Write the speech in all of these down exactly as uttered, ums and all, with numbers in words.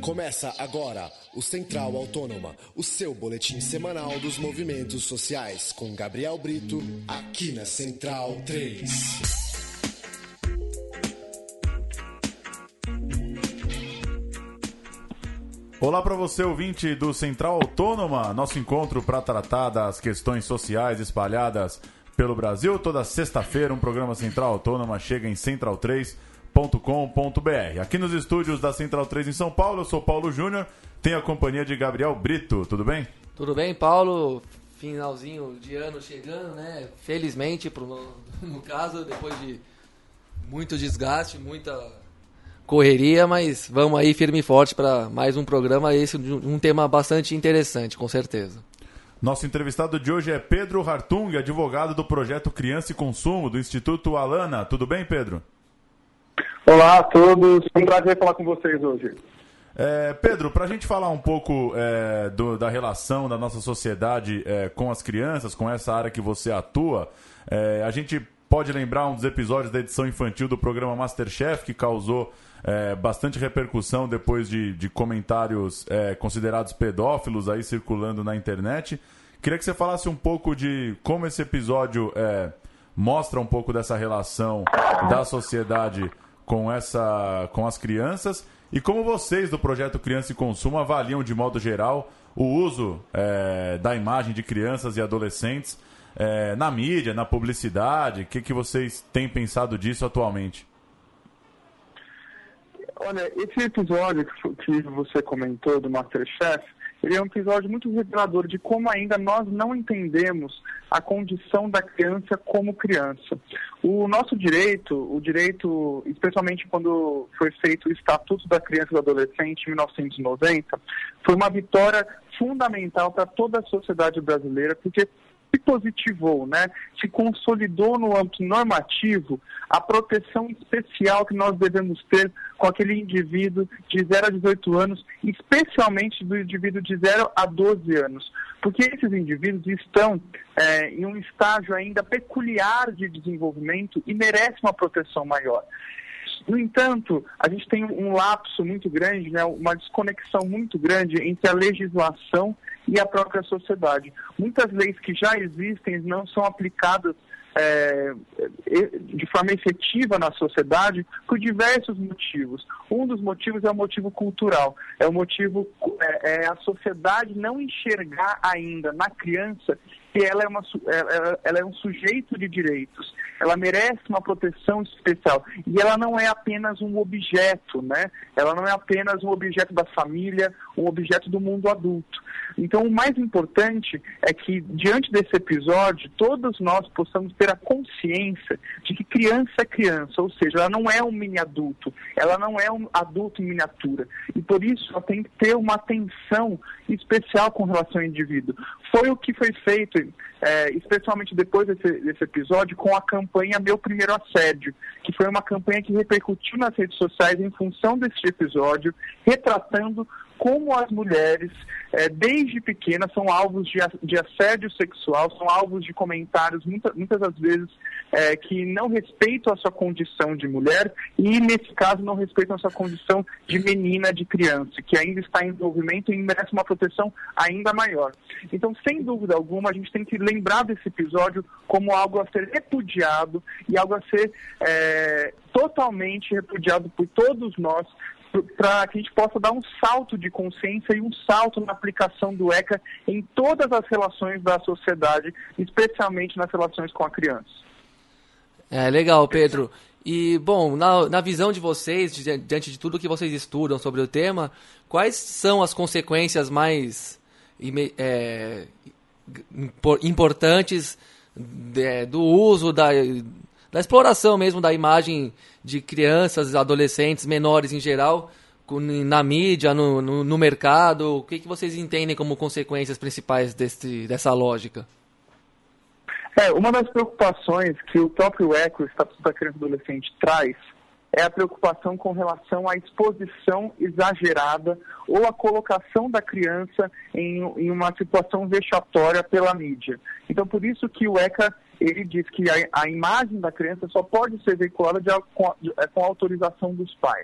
Começa agora o Central Autônoma, o seu boletim semanal dos movimentos sociais, com Gabriel Brito, aqui na Central três. Olá para você, ouvinte do Central Autônoma, nosso encontro para tratar das questões sociais espalhadas pelo Brasil. Toda sexta-feira um programa Central Autônoma chega em central três ponto com ponto b r. Aqui nos estúdios da Central três em São Paulo, eu sou Paulo Júnior, tenho a companhia de Gabriel Brito, tudo bem? Tudo bem, Paulo, finalzinho de ano chegando, né? Felizmente, pro, no, no caso, depois de muito desgaste, muita correria, mas vamos aí firme e forte para mais um programa, esse um tema bastante interessante, com certeza. Nosso entrevistado de hoje é Pedro Hartung, advogado do projeto Criança e Consumo, do Instituto Alana. Tudo bem, Pedro? Olá a todos, é um prazer falar com vocês hoje. É, Pedro, para a gente falar um pouco é, do, da relação da nossa sociedade é, com as crianças, com essa área que você atua, é, a gente pode lembrar um dos episódios da edição infantil do programa MasterChef, que causou é, bastante repercussão depois de, de comentários é, considerados pedófilos aí circulando na internet. Queria que você falasse um pouco de como esse episódio é, mostra um pouco dessa relação da sociedade com, essa, com as crianças e como vocês do projeto Criança e Consumo avaliam de modo geral o uso é, da imagem de crianças e adolescentes é, na mídia, na publicidade. O que, que vocês têm pensado disso atualmente? Olha, esse episódio que você comentou do MasterChef, ele é um episódio muito revelador de como ainda nós não entendemos a condição da criança como criança. O nosso direito, o direito, especialmente quando foi feito o Estatuto da Criança e do Adolescente em mil novecentos e noventa, foi uma vitória fundamental para toda a sociedade brasileira, porque se positivou, né, se consolidou no âmbito normativo a proteção especial que nós devemos ter com aquele indivíduo de zero a dezoito anos, especialmente do indivíduo de zero a doze anos, porque esses indivíduos estão é, em um estágio ainda peculiar de desenvolvimento e merecem uma proteção maior. No entanto, a gente tem um lapso muito grande, né, uma desconexão muito grande entre a legislação e a própria sociedade. Muitas leis que já existem não são aplicadas é, de forma efetiva na sociedade por diversos motivos. Um dos motivos é o motivo cultural, é o motivo, é, é a sociedade não enxergar ainda na criança que ela é, uma, ela, ela é um sujeito de direitos, ela merece uma proteção especial e ela não é apenas um objeto, né? Ela não é apenas um objeto da família, um objeto do mundo adulto. Então, o mais importante é que, diante desse episódio, todos nós possamos ter a consciência de que criança é criança, ou seja, ela não é um mini-adulto, ela não é um adulto em miniatura. E, por isso, ela tem que ter uma atenção especial com relação ao indivíduo. Foi o que foi feito, é, especialmente depois desse, desse episódio, com a campanha Meu Primeiro Assédio, que foi uma campanha que repercutiu nas redes sociais em função desse episódio, retratando como as mulheres, é, desde pequenas, são alvos de, de assédio sexual, são alvos de comentários, muita, muitas das vezes, é, que não respeitam a sua condição de mulher e, nesse caso, não respeitam a sua condição de menina, de criança, que ainda está em desenvolvimento e merece uma proteção ainda maior. Então, sem dúvida alguma, a gente tem que lembrar desse episódio como algo a ser repudiado e algo a ser é, totalmente repudiado por todos nós, para que a gente possa dar um salto de consciência e um salto na aplicação do ECA em todas as relações da sociedade, especialmente nas relações com a criança. É, legal, Pedro. E, bom, na, na visão de vocês, diante de tudo que vocês estudam sobre o tema, quais são as consequências mais é, importantes de, do uso da... da exploração mesmo da imagem de crianças, adolescentes, menores em geral, na mídia, no, no, no mercado? O que, que vocês entendem como consequências principais desse, dessa lógica? É, uma das preocupações que o próprio ECA, o Estatuto da Criança e do Adolescente, traz é a preocupação com relação à exposição exagerada ou a colocação da criança em, em uma situação vexatória pela mídia. Então, por isso que o ECA ele diz que a, a imagem da criança só pode ser veiculada de, com, de, com a autorização dos pais.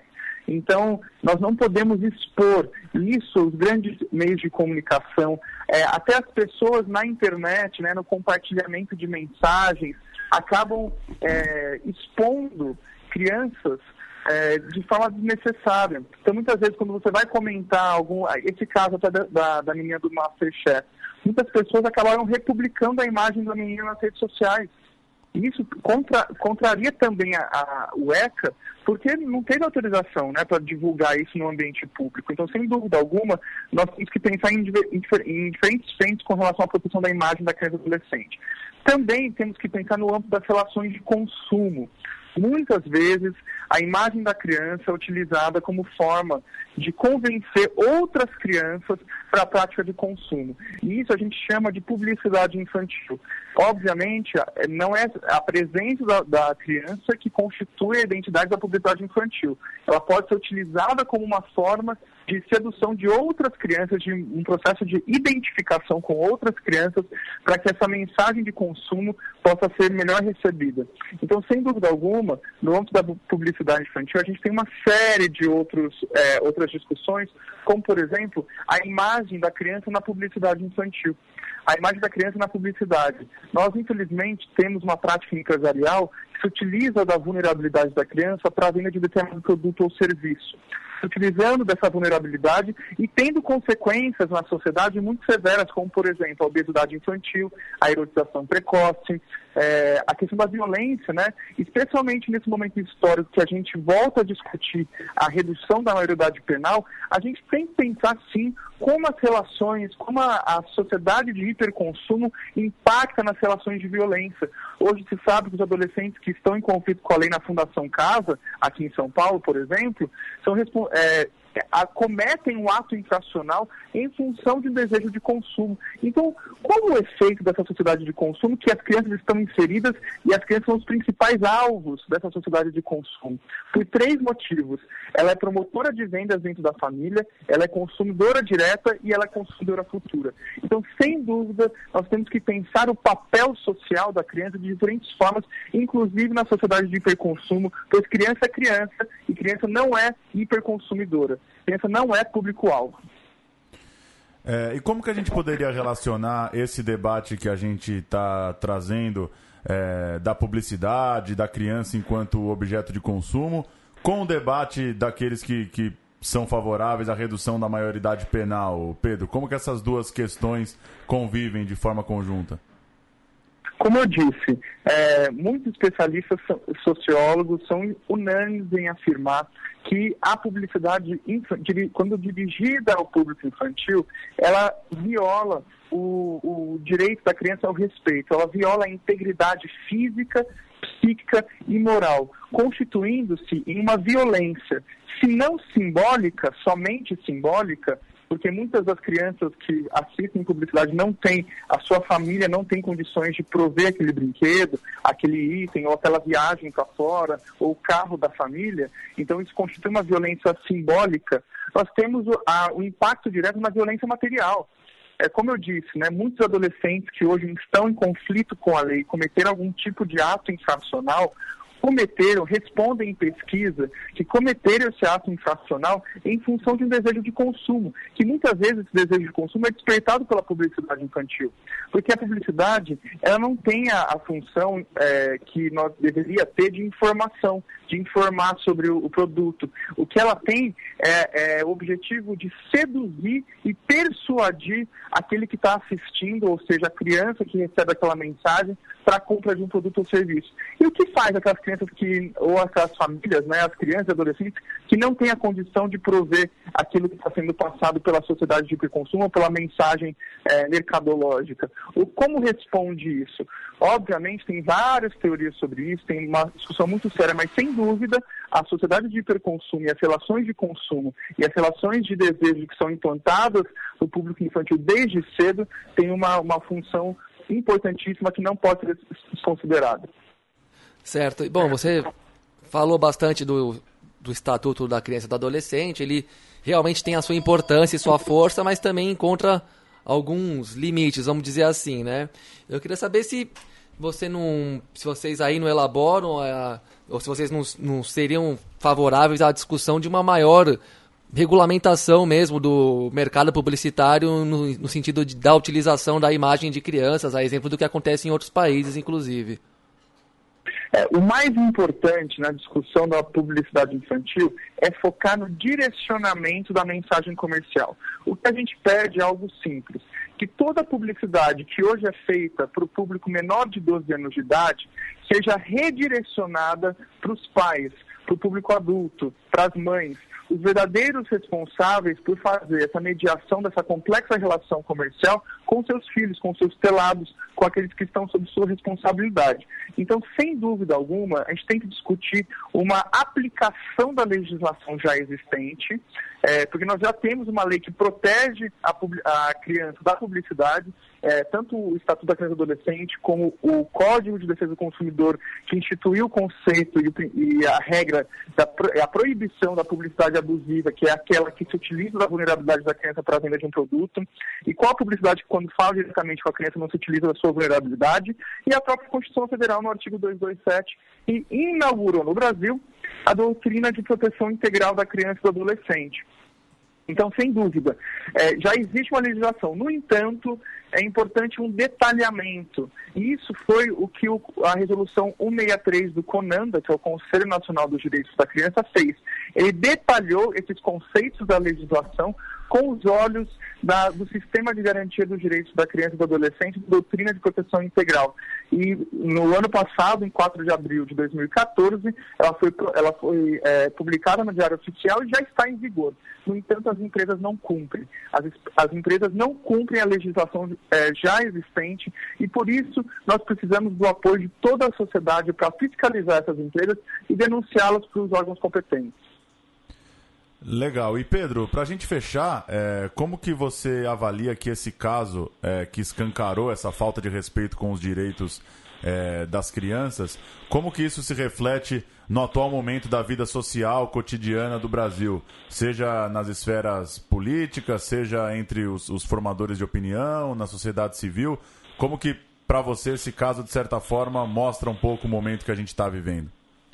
Então, nós não podemos expor isso, os grandes meios de comunicação, é, até as pessoas na internet, né, no compartilhamento de mensagens, acabam é, expondo crianças é, de forma desnecessária. Então, muitas vezes, quando você vai comentar algum... Esse caso até da, da, da menina do MasterChef, muitas pessoas acabaram republicando a imagem da menina nas redes sociais. Isso contra, contraria também a, a, o ECA, porque não teve autorização, né, para divulgar isso no ambiente público. Então, sem dúvida alguma, nós temos que pensar em, em, em diferentes frentes com relação à proteção da imagem da criança e do adolescente. Também temos que pensar no âmbito das relações de consumo. Muitas vezes, a imagem da criança é utilizada como forma de convencer outras crianças para a prática de consumo. E isso a gente chama de publicidade infantil. Obviamente, não é a presença da, da criança que constitui a identidade da publicidade infantil. Ela pode ser utilizada como uma forma de sedução de outras crianças, de um processo de identificação com outras crianças, para que essa mensagem de consumo possa ser melhor recebida. Então, sem dúvida alguma, no âmbito da publicidade infantil, a gente tem uma série de outros, é, outras discussões, como, por exemplo, a imagem da criança na publicidade infantil. A imagem da criança na publicidade. Nós, infelizmente, temos uma prática empresarial que se utiliza da vulnerabilidade da criança para a venda de determinado produto ou serviço, utilizando dessa vulnerabilidade e tendo consequências na sociedade muito severas, como, por exemplo, a obesidade infantil, a erotização precoce, é, a questão da violência, né? Especialmente nesse momento histórico que a gente volta a discutir a redução da maioridade penal, a gente tem que pensar, sim, como as relações, como a, a sociedade de hiperconsumo impacta nas relações de violência. Hoje se sabe que os adolescentes que estão em conflito com a lei na Fundação Casa, aqui em São Paulo, por exemplo, são é, acometem um ato infracional em função de um desejo de consumo. Então, qual o efeito dessa sociedade de consumo que as crianças estão inseridas e as crianças são os principais alvos dessa sociedade de consumo? Por três motivos. Ela é promotora de vendas dentro da família, ela é consumidora direta e ela é consumidora futura. Então, sem dúvida, nós temos que pensar o papel social da criança de diferentes formas, inclusive na sociedade de hiperconsumo, pois criança é criança e criança não é hiperconsumidora. Criança não é público-alvo. É, e como que a gente poderia relacionar esse debate que a gente está trazendo é, da publicidade, da criança enquanto objeto de consumo, com o debate daqueles que, que são favoráveis à redução da maioridade penal? Pedro, como que essas duas questões convivem de forma conjunta? Como eu disse, é, muitos especialistas sociólogos são unânimes em afirmar que a publicidade, quando dirigida ao público infantil, ela viola o, o direito da criança ao respeito, ela viola a integridade física, psíquica e moral, constituindo-se em uma violência, se não simbólica, somente simbólica, porque muitas das crianças que assistem publicidade não têm, a sua família não tem condições de prover aquele brinquedo, aquele item, ou aquela viagem para fora, ou o carro da família, então isso constitui uma violência simbólica. Nós temos o, a, o impacto direto na violência material. É, como eu disse, né, muitos adolescentes que hoje estão em conflito com a lei, cometeram algum tipo de ato infracional, cometeram, respondem em pesquisa, que cometeram esse ato infracional em função de um desejo de consumo, que muitas vezes esse desejo de consumo é despertado pela publicidade infantil, porque a publicidade, ela não tem a, a função é, que nós deveria ter de informação, de informar sobre o, o produto. O que ela tem é, é o objetivo de seduzir e persuadir aquele que está assistindo, ou seja, a criança que recebe aquela mensagem, para a compra de um produto ou serviço. E o que faz aquelas crianças que, ou aquelas famílias, né, as crianças e adolescentes, que não têm a condição de prover aquilo que está sendo passado pela sociedade de hiperconsumo ou pela mensagem é, mercadológica? O, como responde isso? Obviamente, tem várias teorias sobre isso, tem uma discussão muito séria, mas sem dúvida, a sociedade de hiperconsumo e as relações de consumo e as relações de desejo que são implantadas no público infantil desde cedo tem uma, uma função importantíssima que não pode ser desconsiderada. Certo. E, bom, você falou bastante do, do Estatuto da Criança e do Adolescente. Ele realmente tem a sua importância e sua força, mas também encontra alguns limites, vamos dizer assim, né? Eu queria saber se você não, se vocês aí não elaboram a ou se vocês não, não seriam favoráveis à discussão de uma maior regulamentação mesmo do mercado publicitário no, no sentido de, da utilização da imagem de crianças, a exemplo do que acontece em outros países, inclusive. É, o mais importante na discussão da publicidade infantil é focar no direcionamento da mensagem comercial. O que a gente pede é algo simples, que toda publicidade que hoje é feita para o público menor de doze anos de idade seja redirecionada para os pais, para o público adulto, para as mães, os verdadeiros responsáveis por fazer essa mediação dessa complexa relação comercial com seus filhos, com seus telados, com aqueles que estão sob sua responsabilidade. Então, sem dúvida alguma, a gente tem que discutir uma aplicação da legislação já existente, é, porque nós já temos uma lei que protege a, a criança da publicidade, é, tanto o Estatuto da Criança e do Adolescente como o Código de Defesa do Consumidor, que instituiu o conceito e, e a regra, da, a proibição da publicidade abusiva, que é aquela que se utiliza da vulnerabilidade da criança para a venda de um produto, e qual a publicidade que, quando fala diretamente com a criança, não se utiliza da sua vulnerabilidade, e a própria Constituição Federal, no artigo duzentos e vinte e sete, que inaugurou no Brasil a doutrina de proteção integral da criança e do adolescente. Então, sem dúvida, é, já existe uma legislação. No entanto, é importante um detalhamento. E isso foi o que o, a resolução cento e sessenta e três do CONANDA, que é o Conselho Nacional dos Direitos da Criança, fez. Ele detalhou esses conceitos da legislação com os olhos da, do Sistema de Garantia dos Direitos da Criança e do Adolescente, Doutrina de Proteção Integral. E no ano passado, em quatro de abril de dois mil e quatorze, ela foi, ela foi é, publicada no Diário Oficial e já está em vigor. No entanto, as empresas não cumprem. As, as empresas não cumprem a legislação é, já existente e, por isso, nós precisamos do apoio de toda a sociedade para fiscalizar essas empresas e denunciá-las para os órgãos competentes. Legal. E Pedro, para a gente fechar, é, como que você avalia que esse caso é, que escancarou essa falta de respeito com os direitos é, das crianças, como que isso se reflete no atual momento da vida social cotidiana do Brasil, seja nas esferas políticas, seja entre os, os formadores de opinião, na sociedade civil? Como que, para você, esse caso, de certa forma, mostra um pouco o momento que a gente está vivendo?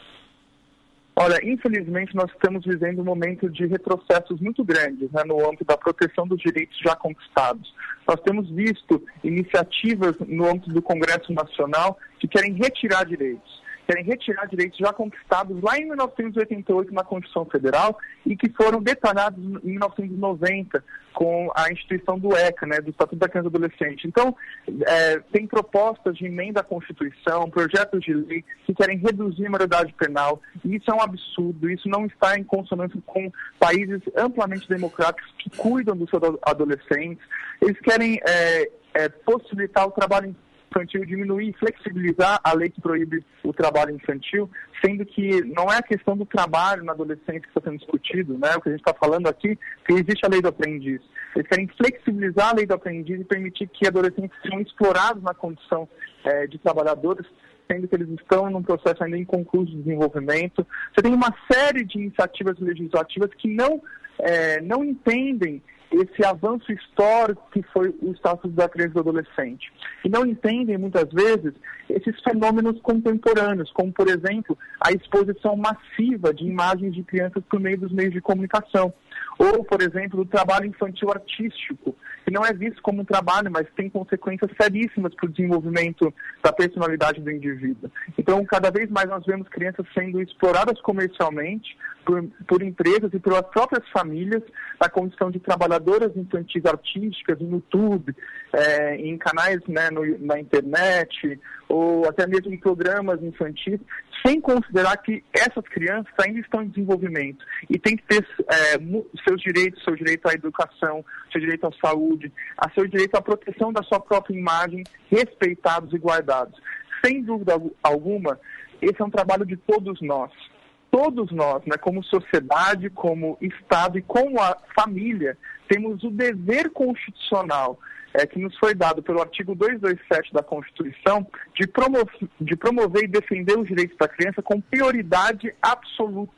Olha, infelizmente nós estamos vivendo um momento de retrocessos muito grandes, né, no âmbito da proteção dos direitos já conquistados. Nós temos visto iniciativas no âmbito do Congresso Nacional que querem retirar direitos. Querem retirar direitos já conquistados lá em mil novecentos e oitenta e oito na Constituição Federal e que foram detalhados em mil novecentos e noventa com a instituição do ECA, né, do Estatuto da Criança e do Adolescente. Então, é, tem propostas de emenda à Constituição, projetos de lei que querem reduzir a maioridade penal, e isso é um absurdo, isso não está em consonância com países amplamente democráticos que cuidam dos seus adolescentes. Eles querem é, é, possibilitar o trabalho infantil, diminuir, flexibilizar a lei que proíbe o trabalho infantil, sendo que não é a questão do trabalho na adolescência que está sendo discutido, né? O que a gente está falando aqui, que existe a lei do aprendiz. Eles querem flexibilizar a lei do aprendiz e permitir que adolescentes sejam explorados na condição é, de trabalhadores, sendo que eles estão num processo ainda inconcluso de desenvolvimento. Você tem uma série de iniciativas legislativas que não, é, não entendem esse avanço histórico que foi o status da criança e do adolescente. E não entendem, muitas vezes, esses fenômenos contemporâneos, como, por exemplo, a exposição massiva de imagens de crianças por meio dos meios de comunicação. Ou, por exemplo, o trabalho infantil artístico, que não é visto como um trabalho, mas tem consequências seríssimas para o desenvolvimento da personalidade do indivíduo. Então, cada vez mais nós vemos crianças sendo exploradas comercialmente por, por empresas e pelas próprias famílias na condição de trabalhadoras infantis artísticas no YouTube, é, em canais, né, no, na internet, ou até mesmo em programas infantis, sem considerar que essas crianças ainda estão em desenvolvimento e têm que ter é, seus direitos, seu direito à educação, seu direito à saúde, a seu direito à proteção da sua própria imagem, respeitados e guardados. Sem dúvida alguma, esse é um trabalho de todos nós. Todos nós, né, como sociedade, como Estado e como a família, temos o dever constitucional é, que nos foi dado pelo artigo duzentos e vinte e sete da Constituição de promover, de promover e defender os direitos da criança com prioridade absoluta.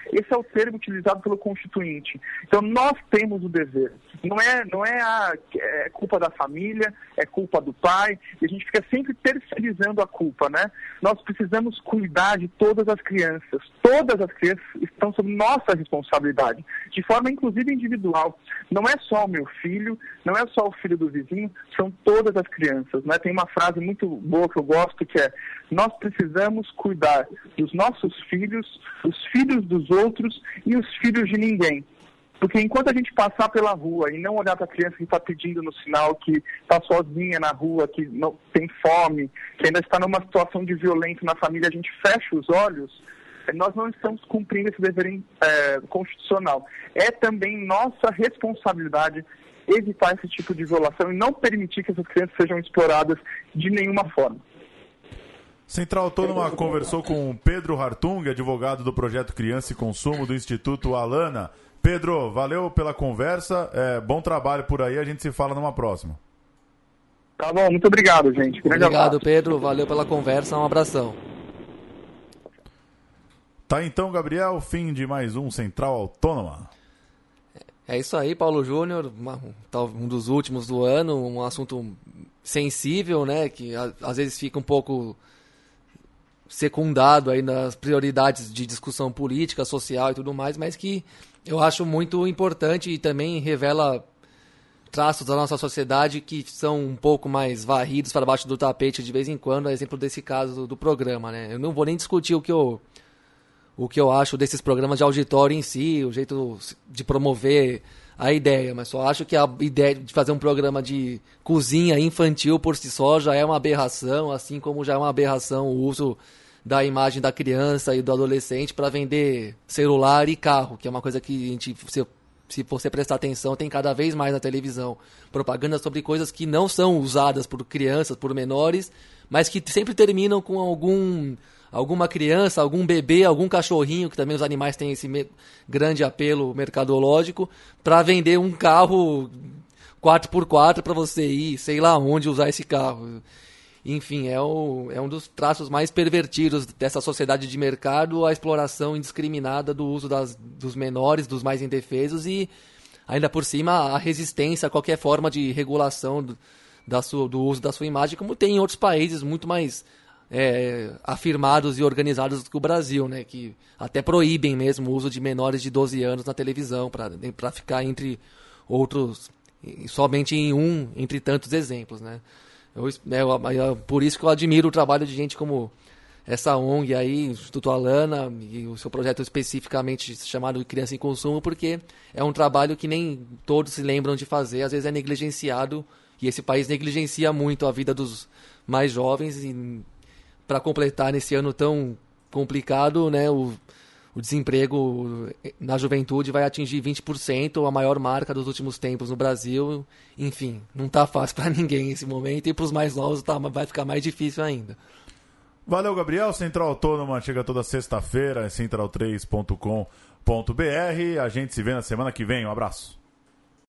Esse é o termo utilizado pelo Constituinte. Então, nós temos o dever. Não é, não é, a, é culpa da família, é culpa do pai, e a gente fica sempre terceirizando a culpa, né? Nós precisamos cuidar de todas as crianças. Todas as crianças estão sob nossa responsabilidade, de forma inclusive individual. Não é só o meu filho, não é só o filho do vizinho, são todas as crianças, né? Tem uma frase muito boa que eu gosto, que é: nós precisamos cuidar dos nossos filhos, dos filhos dos outros e os filhos de ninguém. Porque enquanto a gente passar pela rua e não olhar para a criança que está pedindo no sinal, que está sozinha na rua, que não tem fome, que ainda está numa situação de violência na família, a gente fecha os olhos, nós não estamos cumprindo esse dever é, constitucional. É também nossa responsabilidade evitar esse tipo de violação e não permitir que essas crianças sejam exploradas de nenhuma forma. Central Autônoma conversou com Pedro Hartung, advogado do Projeto Criança e Consumo do Instituto Alana. Pedro, valeu pela conversa, é, bom trabalho por aí, a gente se fala numa próxima. Tá bom, muito obrigado, gente. Grande obrigado, abraço. Pedro, valeu pela conversa, um abração. Tá então, Gabriel, fim de mais um Central Autônoma. É isso aí, Paulo Júnior, uma, um dos últimos do ano, um assunto sensível, né, que a, às vezes fica um pouco secundado aí nas prioridades de discussão política, social e tudo mais, mas que eu acho muito importante e também revela traços da nossa sociedade que são um pouco mais varridos para baixo do tapete de vez em quando, a exemplo desse caso do, do programa, né? Eu não vou nem discutir o que eu, o que eu acho desses programas de auditório em si, o jeito de promover a ideia, mas só acho que a ideia de fazer um programa de cozinha infantil por si só já é uma aberração, assim como já é uma aberração o uso da imagem da criança e do adolescente para vender celular e carro, que é uma coisa que a gente, se, se você prestar atenção, tem cada vez mais na televisão. Propaganda sobre coisas que não são usadas por crianças, por menores, mas que sempre terminam com algum, alguma criança, algum bebê, algum cachorrinho, que também os animais têm esse me- grande apelo mercadológico, para vender um carro quatro por quatro para você ir, sei lá onde usar esse carro. Enfim, é, o, é um dos traços mais pervertidos dessa sociedade de mercado, a exploração indiscriminada do uso das, dos menores, dos mais indefesos e, ainda por cima, a resistência a qualquer forma de regulação do, da sua, do uso da sua imagem, como tem em outros países muito mais é, afirmados e organizados do que o Brasil, né, que até proíbem mesmo o uso de menores de doze anos na televisão, para ficar entre outros, somente em um, entre tantos exemplos, né. Eu, eu, eu, por isso que eu admiro o trabalho de gente como essa O N G aí, Instituto Alana, e o seu projeto especificamente chamado Criança em Consumo, porque é um trabalho que nem todos se lembram de fazer, às vezes é negligenciado, e esse país negligencia muito a vida dos mais jovens, e para completar nesse ano tão complicado, né, o, o desemprego na juventude vai atingir vinte por cento, a maior marca dos últimos tempos no Brasil. Enfim, não está fácil para ninguém esse momento, e para os mais novos tá, vai ficar mais difícil ainda. Valeu, Gabriel. Central Autônoma chega toda sexta-feira, central três ponto com ponto b r. A gente se vê na semana que vem. Um abraço.